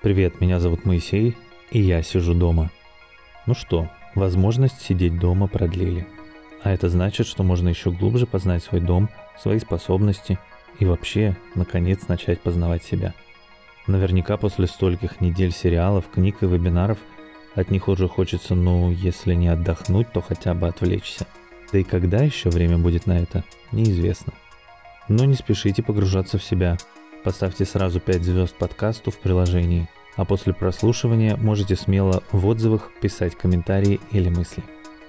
Привет, меня зовут Моисей, и я сижу дома. Ну что, возможность сидеть дома продлили. А это значит, что можно еще глубже познать свой дом, свои способности и вообще, наконец, начать познавать себя. Наверняка после стольких недель сериалов, книг и вебинаров от них уже хочется, если не отдохнуть, то хотя бы отвлечься. Да и когда еще время будет на это, неизвестно. Но не спешите погружаться в себя. Поставьте сразу 5 звезд подкасту в приложении, а после прослушивания можете смело в отзывах писать комментарии или мысли.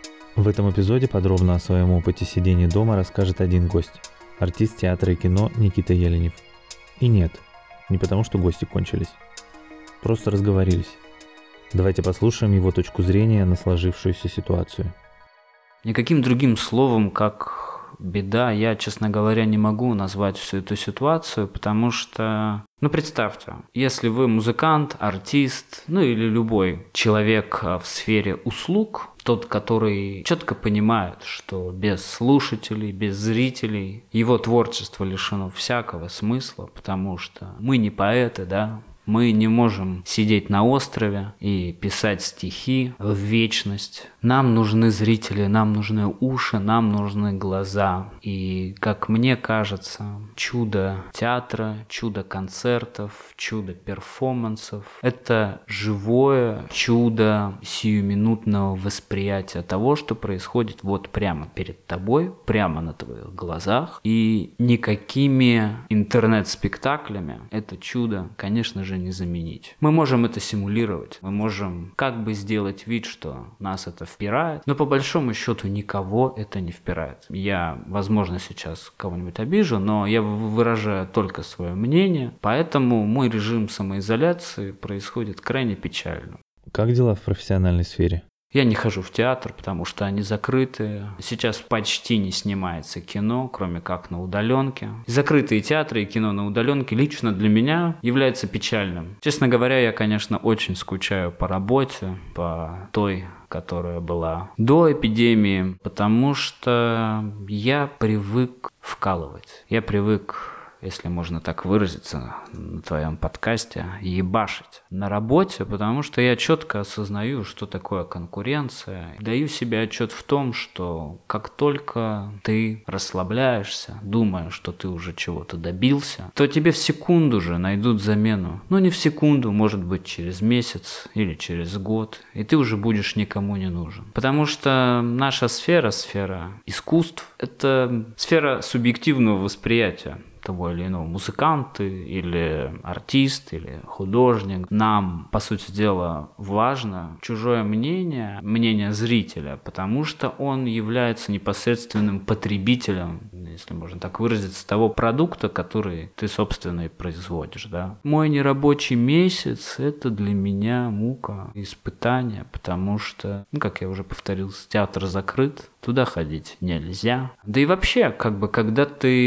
В этом эпизоде подробно о своем опыте сидения дома расскажет один гость – артист театра и кино Никита Еленев. И нет, не потому что гости кончились. Просто разговорились. Давайте послушаем его точку зрения на сложившуюся ситуацию. Никаким другим словом, как беда, я, честно говоря, не могу назвать всю эту ситуацию, потому что, представьте, если вы музыкант, артист, или любой человек в сфере услуг, тот, который четко понимает, что без слушателей, без зрителей его творчество лишено всякого смысла, потому что мы не поэты, да? Мы не можем сидеть на острове и писать стихи в вечность. Нам нужны зрители, нам нужны уши, нам нужны глаза. И, как мне кажется, чудо театра, чудо концертов, чудо перформансов – это живое чудо сиюминутного восприятия того, что происходит вот прямо перед тобой, прямо на твоих глазах. И никакими интернет-спектаклями это чудо, конечно же, не заменить. Мы можем это симулировать, мы можем как бы сделать вид, что нас это впирает, но по большому счету никого это не впирает. Я, возможно, сейчас кого-нибудь обижу, но я выражаю только свое мнение, поэтому мой режим самоизоляции происходит крайне печально. Как дела в профессиональной сфере? Я не хожу в театр, потому что они закрыты. Сейчас почти не снимается кино, кроме как на удаленке. Закрытые театры и кино на удаленке лично для меня является печальным. Честно говоря, я, конечно, очень скучаю по работе, по той, которая была до эпидемии, потому что я привык вкалывать. Я привык, если можно так выразиться, на твоем подкасте, ебашить на работе, потому что я четко осознаю, что такое конкуренция. Даю себе отчет в том, что как только ты расслабляешься, думая, что ты уже чего-то добился, то тебе в секунду же найдут замену. Не в секунду, может быть, через месяц или через год, и ты уже будешь никому не нужен. Потому что наша сфера искусств, это сфера субъективного восприятия того или иного музыканта или артист, или художник. Нам, по сути дела, важно чужое мнение, мнение зрителя, потому что он является непосредственным потребителем, если можно так выразиться, того продукта, который ты, собственно, и производишь. Да? Мой нерабочий месяц – это для меня мука, испытание, потому что, как я уже повторил, театр закрыт, туда ходить нельзя. Да и вообще, когда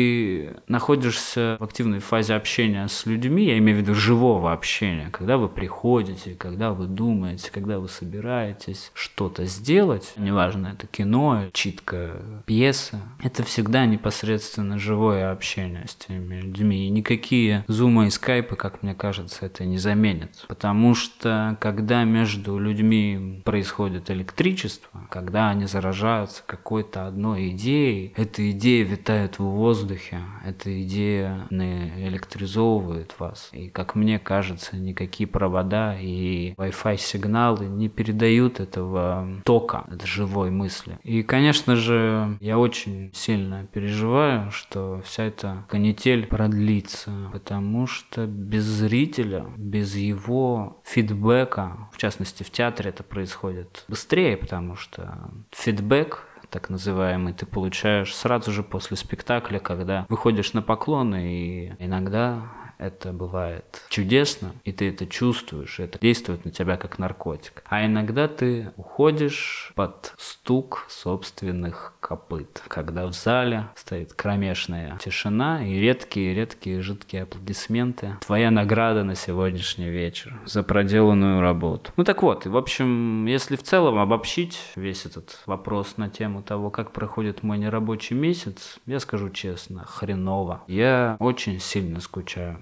ты находишься в активной фазе общения с людьми, я имею в виду живого общения, когда вы приходите, когда вы думаете, когда вы собираетесь что-то сделать, неважно, это кино, читка пьесы, это всегда непосредственно живое общение с теми людьми. И никакие зумы и скайпы, как мне кажется, это не заменят. Потому что, когда между людьми происходит электричество, когда они заражаются какой-то одной идеей, эта идея витает в воздухе, эта идея наэлектризовывает вас. И, как мне кажется, никакие провода и Wi-Fi сигналы не передают этого тока, этой живой мысли. И, конечно же, я очень сильно переживаю, что вся эта канитель продлится, потому что без зрителя, без его фидбэка, в частности в театре это происходит быстрее, потому что фидбэк, так называемый, ты получаешь сразу же после спектакля, когда выходишь на поклоны, и иногда это бывает чудесно, и ты это чувствуешь, это действует на тебя как наркотик. А иногда ты уходишь под стук собственных копыт, когда в зале стоит кромешная тишина и редкие жидкие аплодисменты. Твоя награда на сегодняшний вечер за проделанную работу. Так вот, и в общем, если в целом обобщить весь этот вопрос на тему того, как проходит мой нерабочий месяц, я скажу честно, хреново. Я очень сильно скучаю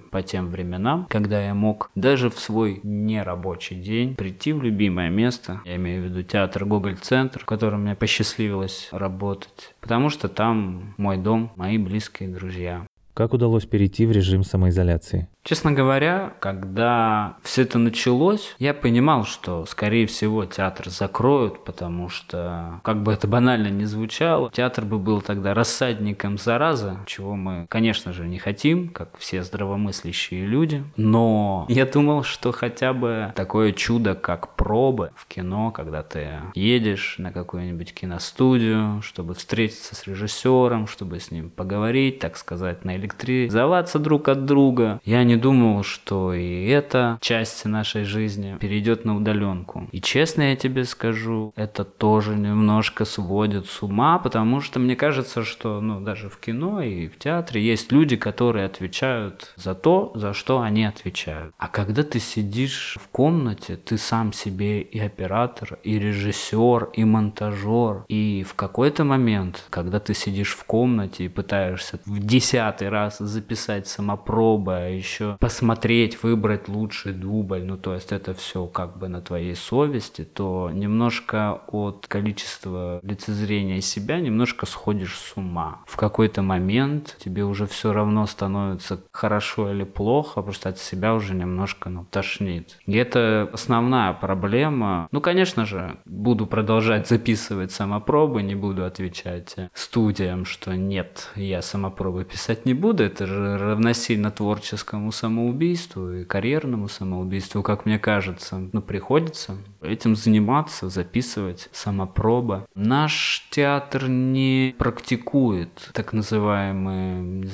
по тем временам, когда я мог даже в свой нерабочий день прийти в любимое место, я имею в виду театр Гоголь-центр, в котором мне посчастливилось работать, потому что там мой дом, мои близкие друзья. Как удалось перейти в режим самоизоляции? Честно говоря, когда все это началось, я понимал, что, скорее всего, театр закроют, потому что, как бы это банально ни звучало, театр бы был тогда рассадником заразы, чего мы, конечно же, не хотим, как все здравомыслящие люди. Но я думал, что хотя бы такое чудо, как пробы в кино, когда ты едешь на какую-нибудь киностудию, чтобы встретиться с режиссером, чтобы с ним поговорить, так сказать, наэлектризоваться друг от друга. Я не думал, что и эта часть нашей жизни перейдет на удаленку. И честно я тебе скажу, это тоже немножко сводит с ума, потому что мне кажется, что даже в кино и в театре есть люди, которые отвечают за то, за что они отвечают. А когда ты сидишь в комнате, ты сам себе и оператор, и режиссер, и монтажер. И в какой-то момент, когда ты сидишь в комнате и пытаешься в 10-й раз записать самопробы, а еще посмотреть, выбрать лучший дубль, то есть это все как бы на твоей совести, то немножко от количества лицезрения себя немножко сходишь с ума. В какой-то момент тебе уже все равно становится хорошо или плохо, просто от себя уже немножко тошнит. И это основная проблема. Конечно же, буду продолжать записывать самопробы, не буду отвечать студиям, что нет, я самопробы писать не буду, это же равносильно творческому самоубийству и карьерному самоубийству, как мне кажется. Приходится этим заниматься, записывать самопробы. Наш театр не практикует так называемые,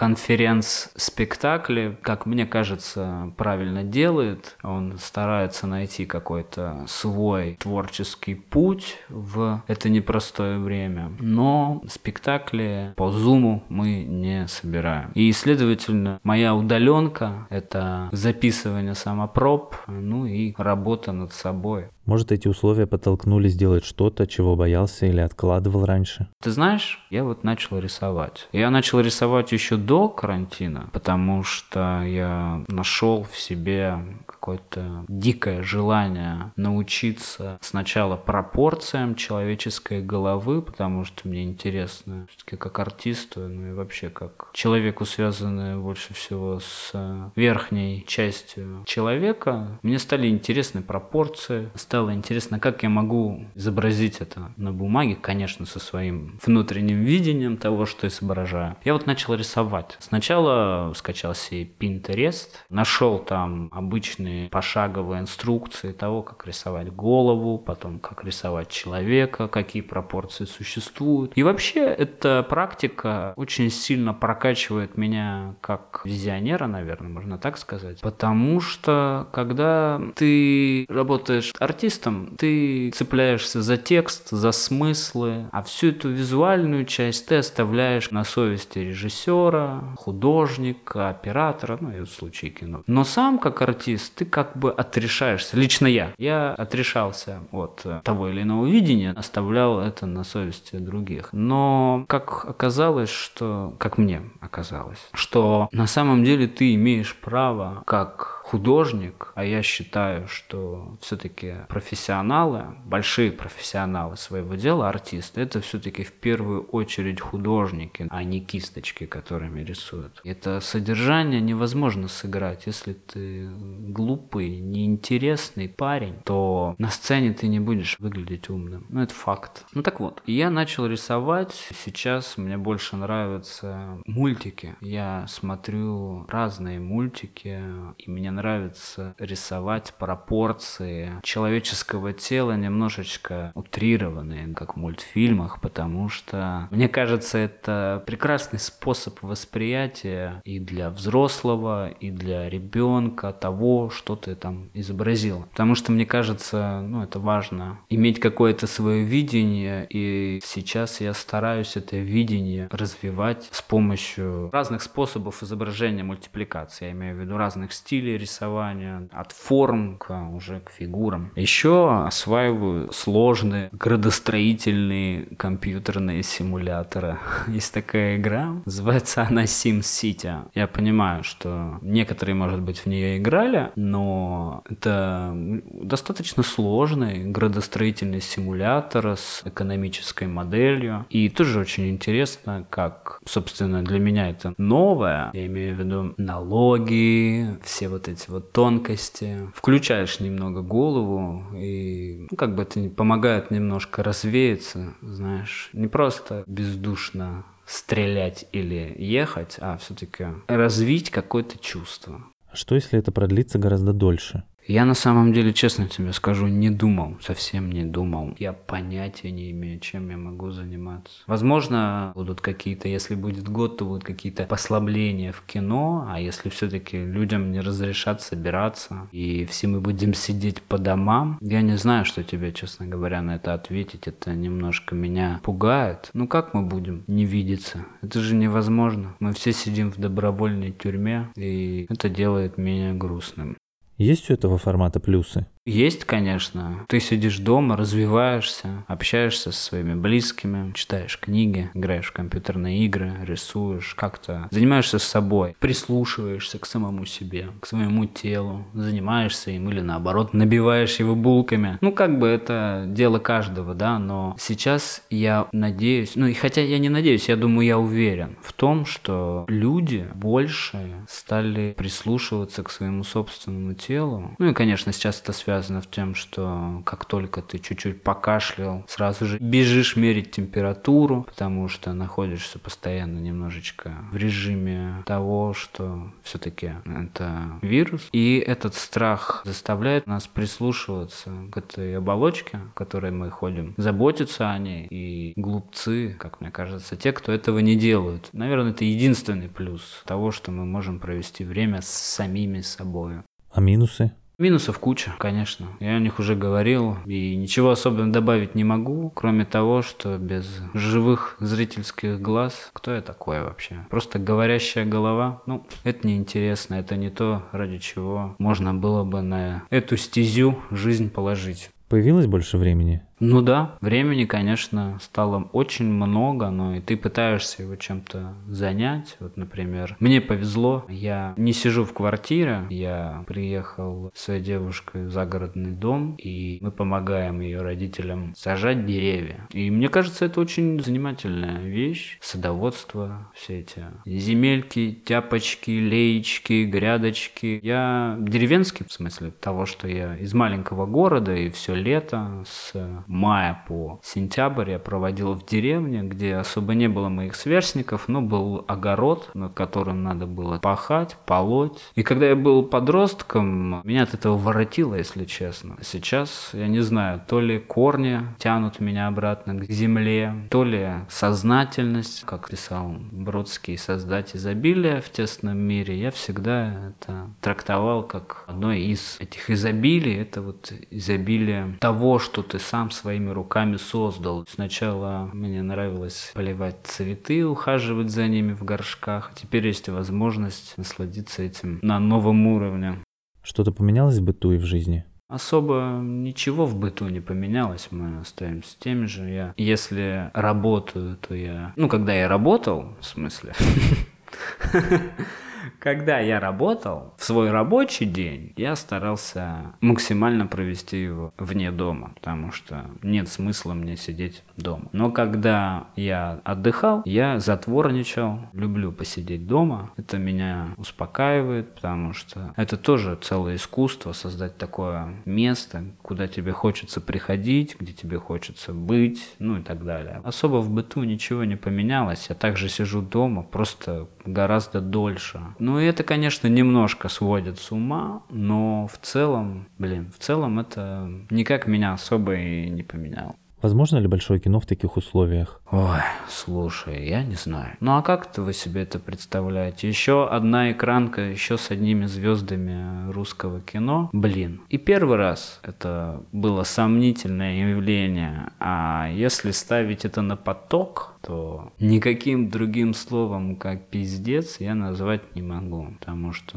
конференц-спектакли, как мне кажется, правильно делает. Он старается найти какой-то свой творческий путь в это непростое время. Но спектакли по Zoom мы не собираем. И, следовательно, моя удаленка — это записывание самопроб, и работа над собой. Может, эти условия подтолкнули сделать что-то, чего боялся или откладывал раньше? Ты знаешь, я начал рисовать. Я начал рисовать еще до карантина, потому что я нашел в себе какое-то дикое желание научиться сначала пропорциям человеческой головы, потому что мне интересно все-таки как артисту, и вообще как человеку, связанному больше всего с верхней частью человека. Мне стали интересны пропорции, стало интересно, как я могу изобразить это на бумаге, конечно, со своим внутренним видением того, что изображаю. Я начал рисовать. Сначала скачал себе Pinterest, нашел там обычные пошаговые инструкции того, как рисовать голову, потом как рисовать человека, какие пропорции существуют. И вообще эта практика очень сильно прокачивает меня как визионера, наверное, можно так сказать. Потому что когда ты работаешь артистом, ты цепляешься за текст, за смыслы, а всю эту визуальную часть ты оставляешь на совести режиссера, художника, оператора, и в случае кино. Но сам как артист ты как бы отрешаешься. Лично я отрешался от того или иного видения, оставлял это на совести других. Но как мне оказалось, что на самом деле ты имеешь право как художник, а я считаю, что все-таки профессионалы, большие профессионалы своего дела, артисты, это все-таки в первую очередь художники, а не кисточки, которыми рисуют. Это содержание невозможно сыграть. Если ты глупый, неинтересный парень, то на сцене ты не будешь выглядеть умным. Это факт. Так вот, я начал рисовать. Сейчас мне больше нравятся мультики. Я смотрю разные мультики, и мне нравится рисовать пропорции человеческого тела немножечко утрированные, как в мультфильмах, потому что, мне кажется, это прекрасный способ восприятия и для взрослого, и для ребенка того, что ты там изобразил. Потому что, мне кажется, это важно иметь какое-то свое видение, и сейчас я стараюсь это видение развивать с помощью разных способов изображения мультипликации. Я имею в виду разных стилей рисования, от форм уже к фигурам. Еще осваиваю сложные градостроительные компьютерные симуляторы. Есть такая игра, называется она SimCity. Я понимаю, что некоторые, может быть, в нее играли, но это достаточно сложный градостроительный симулятор с экономической моделью. И тоже очень интересно, как, собственно, для меня это новое. Я имею в виду налоги, все вот эти вот тонкости. Включаешь немного голову, и как бы это помогает немножко развеяться, знаешь. Не просто бездушно стрелять или ехать, а все-таки развить какое-то чувство. Что если это продлится гораздо дольше? Я на самом деле, честно тебе скажу, не думал, совсем не думал. Я понятия не имею, чем я могу заниматься. Возможно, будут какие-то, если будет год, то будут какие-то послабления в кино, а если все-таки людям не разрешат собираться, и все мы будем сидеть по домам, я не знаю, что тебе, честно говоря, на это ответить. Это немножко меня пугает. Ну как мы будем не видеться? Это же невозможно. Мы все сидим в добровольной тюрьме, и это делает меня грустным. Есть у этого формата плюсы? Есть, конечно. Ты сидишь дома, развиваешься, общаешься со своими близкими, читаешь книги, играешь в компьютерные игры, рисуешь, как-то занимаешься с собой, прислушиваешься к самому себе, к своему телу, занимаешься им или наоборот набиваешь его булками. Ну, как бы это дело каждого, да, но сейчас я надеюсь, ну и хотя я не надеюсь, я думаю, я уверен в том, что люди больше стали прислушиваться к своему собственному телу. Ну и, конечно, сейчас это связано с тем, что как только ты чуть-чуть покашлял, сразу же бежишь мерить температуру, потому что находишься постоянно немножечко в режиме того, что все-таки это вирус. И этот страх заставляет нас прислушиваться к этой оболочке, в которой мы ходим, заботиться о ней. И глупцы, как мне кажется, те, кто этого не делают. Наверное, это единственный плюс того, что мы можем провести время с самими собой. А минусы? Минусов куча, конечно. Я о них уже говорил, и ничего особенно добавить не могу, кроме того, что без живых зрительских глаз, кто я такой вообще? Просто говорящая голова? Ну, это неинтересно, это не то, ради чего можно было бы на эту стезю жизнь положить. Появилось больше времени? Ну да, времени, конечно, стало очень много, но и ты пытаешься его чем-то занять. Вот, например, мне повезло, я не сижу в квартире, я приехал с своей девушкой в загородный дом, и мы помогаем ее родителям сажать деревья. И мне кажется, это очень занимательная вещь, садоводство, все эти земельки, тяпочки, леечки, грядочки. Я деревенский, в смысле того, что я из маленького города, и все лето с мая по сентябрь я проводил в деревне, где особо не было моих сверстников, но был огород, над которым надо было пахать, полоть. И когда я был подростком, меня от этого воротило, если честно. Сейчас, я не знаю, то ли корни тянут меня обратно к земле, то ли сознательность, как писал Бродский, создать изобилие в тесном мире. Я всегда это трактовал как одно из этих изобилий. Это вот изобилие того, что ты сам своими руками создал. Сначала мне нравилось поливать цветы, ухаживать за ними в горшках. А теперь есть возможность насладиться этим на новом уровне. Что-то поменялось в быту и в жизни? Особо ничего в быту не поменялось, мы остаемся теми же. Если работаю, то я... Ну, когда я работал, в смысле... Когда я работал в свой рабочий день, я старался максимально провести его вне дома, потому что нет смысла мне сидеть дома. Но когда я отдыхал, я затворничал, люблю посидеть дома. Это меня успокаивает, потому что это тоже целое искусство создать такое место, куда тебе хочется приходить, где тебе хочется быть, ну и так далее. Особо в быту ничего не поменялось. Я также сижу дома, просто гораздо дольше. Ну и это, конечно, немножко сводит с ума, но в целом это никак меня особо и не поменяло. Возможно ли большое кино в таких условиях? Ой, слушай, я не знаю. Ну а как-то вы себе это представляете? Еще одна экранка, еще с одними звездами русского кино. Блин. И первый раз это было сомнительное явление. А если ставить это на поток, то никаким другим словом, как пиздец, я назвать не могу. Потому что,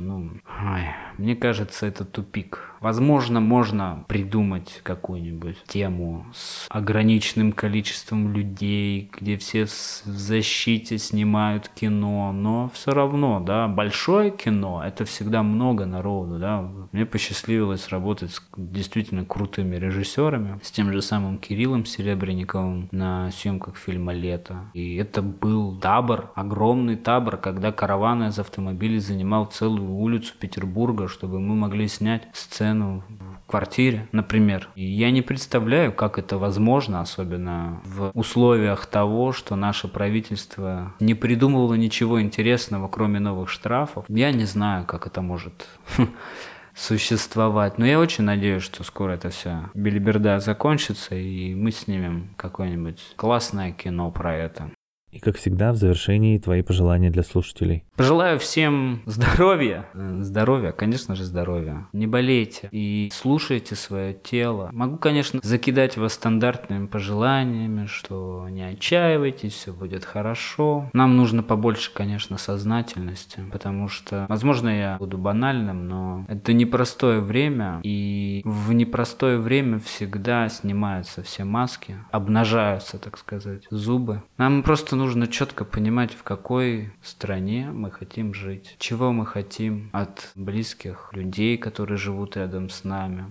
мне кажется, это тупик. Возможно, можно придумать какую-нибудь тему с ограниченным количеством людей, где все в защите снимают кино, но все равно, да, большое кино, это всегда много народу, да. Мне посчастливилось работать с действительно крутыми режиссерами, с тем же самым Кириллом Серебренниковым на съемках фильма «Лето». И это был табор, огромный табор, когда караван из автомобилей занимал целую улицу Петербурга, чтобы мы могли снять сцену в квартире, например. И я не представляю, как это возможно, особенно в условиях того, что наше правительство не придумывало ничего интересного, кроме новых штрафов. Я не знаю, как это может существовать. Но я очень надеюсь, что скоро это вся белиберда закончится, и мы снимем какое-нибудь классное кино про это. И, как всегда, в завершении твои пожелания для слушателей. Пожелаю всем здоровья. Здоровья, конечно же, здоровья. Не болейте и слушайте свое тело. Могу, конечно, закидать вас стандартными пожеланиями, что не отчаивайтесь, все будет хорошо. Нам нужно побольше, конечно, сознательности, потому что, возможно, я буду банальным, но это непростое время, и в непростое время всегда снимаются все маски, обнажаются, так сказать, зубы. Нам просто нужно четко понимать, в какой стране мы хотим жить, чего мы хотим от близких людей, которые живут рядом с нами.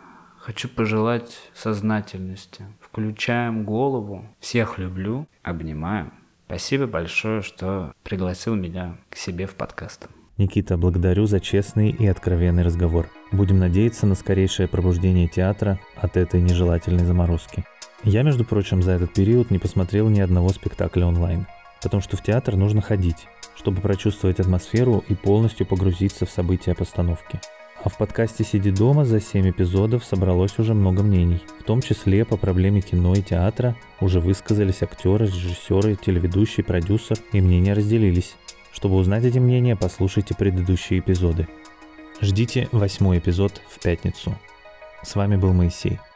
Хочу пожелать сознательности. Включаем голову. Всех люблю, обнимаю. Спасибо большое, что пригласил меня к себе в подкаст. Никита, благодарю за честный и откровенный разговор. Будем надеяться на скорейшее пробуждение театра от этой нежелательной заморозки. Я, между прочим, за этот период не посмотрел ни одного спектакля онлайн, потому что в театр нужно ходить, чтобы прочувствовать атмосферу и полностью погрузиться в события постановки. А в подкасте «Сиди дома» за 7 эпизодов собралось уже много мнений, в том числе по проблеме кино и театра уже высказались актеры, режиссеры, телеведущий, продюсер, и мнения разделились. Чтобы узнать эти мнения, послушайте предыдущие эпизоды. Ждите 8 эпизод в пятницу. С вами был Моисей.